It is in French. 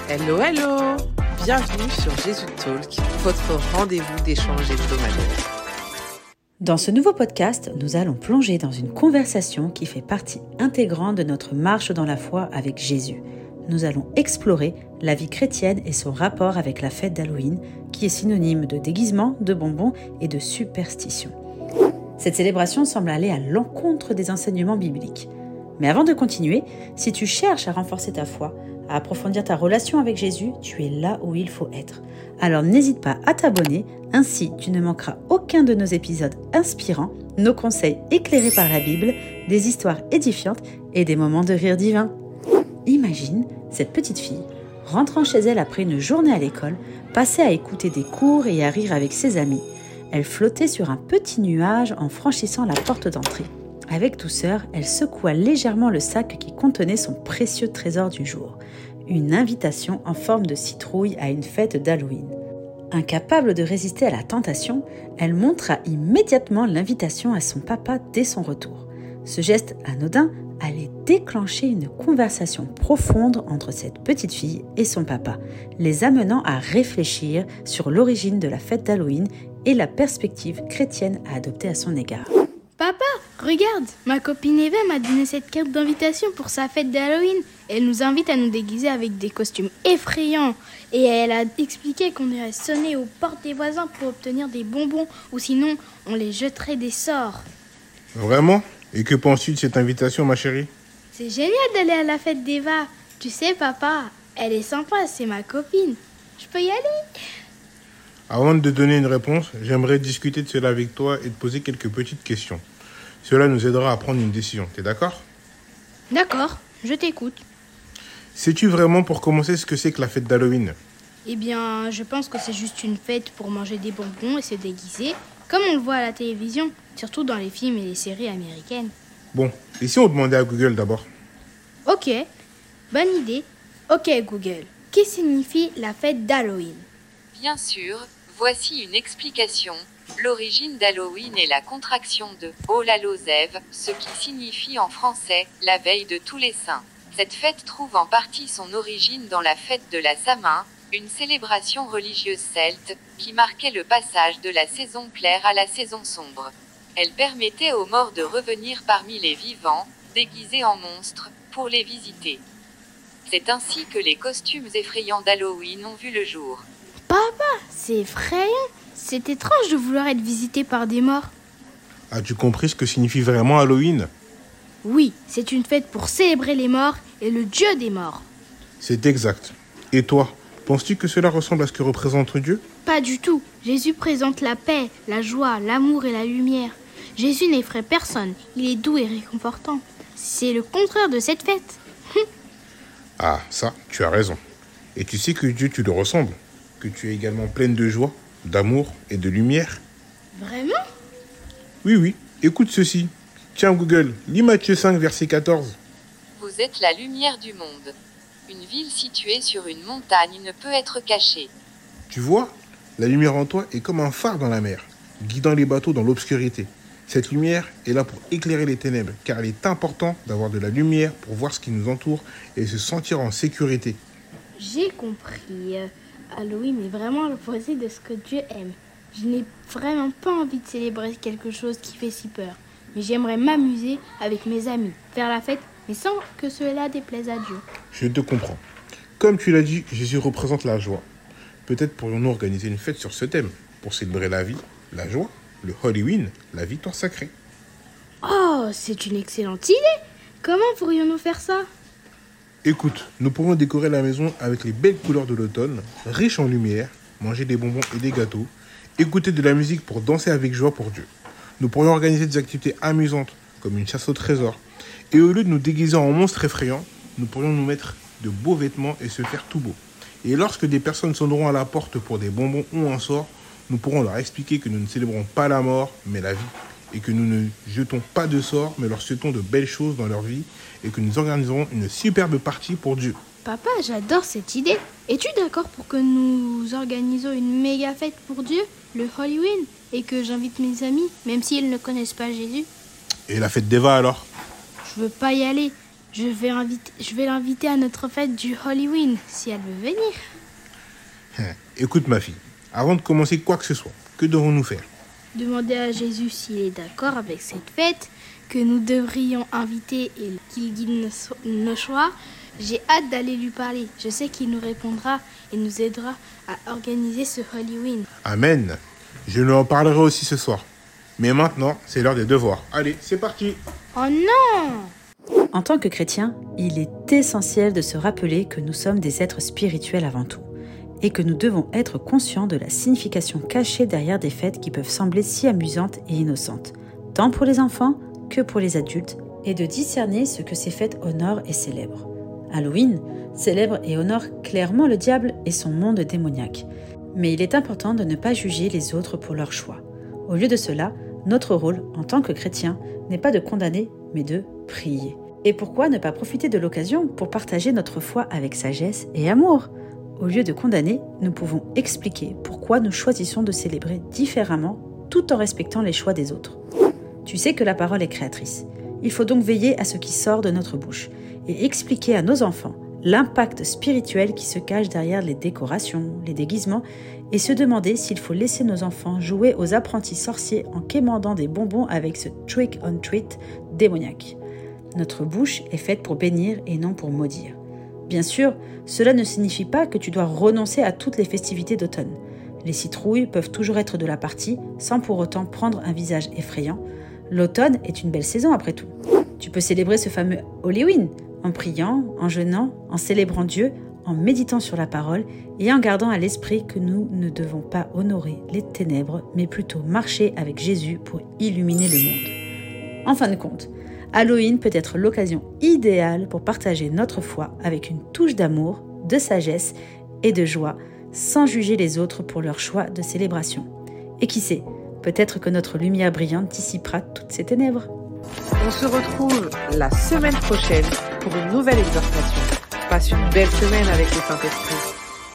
Hello, hello! Bienvenue sur Jésus Talk, votre rendez-vous d'échange hebdomadaire. Dans ce nouveau podcast, nous allons plonger dans une conversation qui fait partie intégrante de notre marche dans la foi avec Jésus. Nous allons explorer la vie chrétienne et son rapport avec la fête d'Halloween, qui est synonyme de déguisement, de bonbons et de superstition. Cette célébration semble aller à l'encontre des enseignements bibliques. Mais avant de continuer, si tu cherches à renforcer ta foi, à approfondir ta relation avec Jésus, tu es là où il faut être. Alors n'hésite pas à t'abonner, ainsi tu ne manqueras aucun de nos épisodes inspirants, nos conseils éclairés par la Bible, des histoires édifiantes et des moments de rire divin. Imagine cette petite fille rentrant chez elle après une journée à l'école, passer à écouter des cours et à rire avec ses amis. Elle flottait sur un petit nuage en franchissant la porte d'entrée. Avec douceur, elle secoua légèrement le sac qui contenait son précieux trésor du jour. Une invitation en forme de citrouille à une fête d'Halloween. Incapable de résister à la tentation, elle montra immédiatement l'invitation à son papa dès son retour. Ce geste anodin allait déclencher une conversation profonde entre cette petite fille et son papa, les amenant à réfléchir sur l'origine de la fête d'Halloween et la perspective chrétienne à adopter à son égard. Papa, regarde, ma copine Eva m'a donné cette carte d'invitation pour sa fête d'Halloween. Elle nous invite à nous déguiser avec des costumes effrayants. Et elle a expliqué qu'on irait sonner aux portes des voisins pour obtenir des bonbons, ou sinon on les jetterait des sorts. Vraiment ? Et que penses-tu de cette invitation, ma chérie ? C'est génial d'aller à la fête d'Eva. Tu sais, papa, elle est sympa, c'est ma copine. Je peux y aller ? Avant de te donner une réponse, j'aimerais discuter de cela avec toi et te poser quelques petites questions. Cela nous aidera à prendre une décision. T'es d'accord ? D'accord, je t'écoute. Sais-tu vraiment pour commencer ce que c'est que la fête d'Halloween ? Eh bien, je pense que c'est juste une fête pour manger des bonbons et se déguiser, comme on le voit à la télévision, surtout dans les films et les séries américaines. Bon, et si on demandait à Google d'abord ? Ok, bonne idée. Ok Google, qu'est-ce que signifie la fête d'Halloween ? Bien sûr, voici une explication. L'origine d'Halloween est la contraction de All Hallows Eve, ce qui signifie en français « la veille de tous les saints ». Cette fête trouve en partie son origine dans la fête de la Samin, une célébration religieuse celte, qui marquait le passage de la saison claire à la saison sombre. Elle permettait aux morts de revenir parmi les vivants, déguisés en monstres, pour les visiter. C'est ainsi que les costumes effrayants d'Halloween ont vu le jour. Papa, c'est effrayant. C'est étrange de vouloir être visité par des morts. As-tu compris ce que signifie vraiment Halloween ? Oui, c'est une fête pour célébrer les morts et le Dieu des morts. C'est exact. Et toi, penses-tu que cela ressemble à ce que représente Dieu ? Pas du tout. Jésus présente la paix, la joie, l'amour et la lumière. Jésus n'effraie personne. Il est doux et réconfortant. C'est le contraire de cette fête. Ah, ça, tu as raison. Et tu sais que Dieu, tu le ressembles ? Que tu es également pleine de joie, d'amour et de lumière ? Vraiment ? Oui, écoute ceci. Tiens Google, lis Matthieu 5, verset 14. Vous êtes la lumière du monde. Une ville située sur une montagne ne peut être cachée. Tu vois, la lumière en toi est comme un phare dans la mer, guidant les bateaux dans l'obscurité. Cette lumière est là pour éclairer les ténèbres, car il est important d'avoir de la lumière pour voir ce qui nous entoure et se sentir en sécurité. J'ai compris. Halloween est vraiment l'opposé de ce que Dieu aime. Je n'ai vraiment pas envie de célébrer quelque chose qui fait si peur. Mais j'aimerais m'amuser avec mes amis, faire la fête, mais sans que cela déplaise à Dieu. Je te comprends. Comme tu l'as dit, Jésus représente la joie. Peut-être pourrions-nous organiser une fête sur ce thème, pour célébrer la vie, la joie, le Halloween, la victoire sacrée. Oh, c'est une excellente idée! Comment pourrions-nous faire ça? Écoute, nous pourrons décorer la maison avec les belles couleurs de l'automne, riches en lumière, manger des bonbons et des gâteaux, écouter de la musique pour danser avec joie pour Dieu. Nous pourrions organiser des activités amusantes, comme une chasse au trésor. Et au lieu de nous déguiser en monstres effrayants, nous pourrions nous mettre de beaux vêtements et se faire tout beau. Et lorsque des personnes sonneront à la porte pour des bonbons ou un sort, nous pourrons leur expliquer que nous ne célébrons pas la mort, mais la vie. Et que nous ne jetons pas de sorts, mais leur souhaitons de belles choses dans leur vie. Et que nous organiserons une superbe partie pour Dieu. Papa, j'adore cette idée. Es-tu d'accord pour que nous organisons une méga fête pour Dieu, le Halloween, et que j'invite mes amis, même s'ils ne connaissent pas Jésus? Et la fête d'Eva alors? Je veux pas y aller. Je vais l'inviter à notre fête du Halloween, si elle veut venir. Écoute ma fille, avant de commencer quoi que ce soit, que devons-nous faire? Demander à Jésus s'il est d'accord avec cette fête, que nous devrions inviter et qu'il guide nos choix. J'ai hâte d'aller lui parler. Je sais qu'il nous répondra et nous aidera à organiser ce Halloween. Amen. Je lui en parlerai aussi ce soir. Mais maintenant, c'est l'heure des devoirs. Allez, c'est parti. Oh non! En tant que chrétien, il est essentiel de se rappeler que nous sommes des êtres spirituels avant tout et que nous devons être conscients de la signification cachée derrière des fêtes qui peuvent sembler si amusantes et innocentes, tant pour les enfants que pour les adultes, et de discerner ce que ces fêtes honorent et célèbrent. Halloween célèbre et honore clairement le diable et son monde démoniaque, mais il est important de ne pas juger les autres pour leur choix. Au lieu de cela, notre rôle en tant que chrétien n'est pas de condamner, mais de prier. Et pourquoi ne pas profiter de l'occasion pour partager notre foi avec sagesse et amour? Au lieu de condamner, nous pouvons expliquer pourquoi nous choisissons de célébrer différemment tout en respectant les choix des autres. Tu sais que la parole est créatrice. Il faut donc veiller à ce qui sort de notre bouche et expliquer à nos enfants l'impact spirituel qui se cache derrière les décorations, les déguisements, et se demander s'il faut laisser nos enfants jouer aux apprentis sorciers en quémandant des bonbons avec ce trick or treat démoniaque. Notre bouche est faite pour bénir et non pour maudire. Bien sûr, cela ne signifie pas que tu dois renoncer à toutes les festivités d'automne. Les citrouilles peuvent toujours être de la partie sans pour autant prendre un visage effrayant. L'automne est une belle saison après tout. Tu peux célébrer ce fameux Halloween en priant, en jeûnant, en célébrant Dieu, en méditant sur la parole et en gardant à l'esprit que nous ne devons pas honorer les ténèbres, mais plutôt marcher avec Jésus pour illuminer le monde. En fin de compte, Halloween peut être l'occasion idéale pour partager notre foi avec une touche d'amour, de sagesse et de joie, sans juger les autres pour leur choix de célébration. Et qui sait, peut-être que notre lumière brillante dissipera toutes ces ténèbres. On se retrouve la semaine prochaine pour une nouvelle exhortation. Passe une belle semaine avec le Saint-Esprit.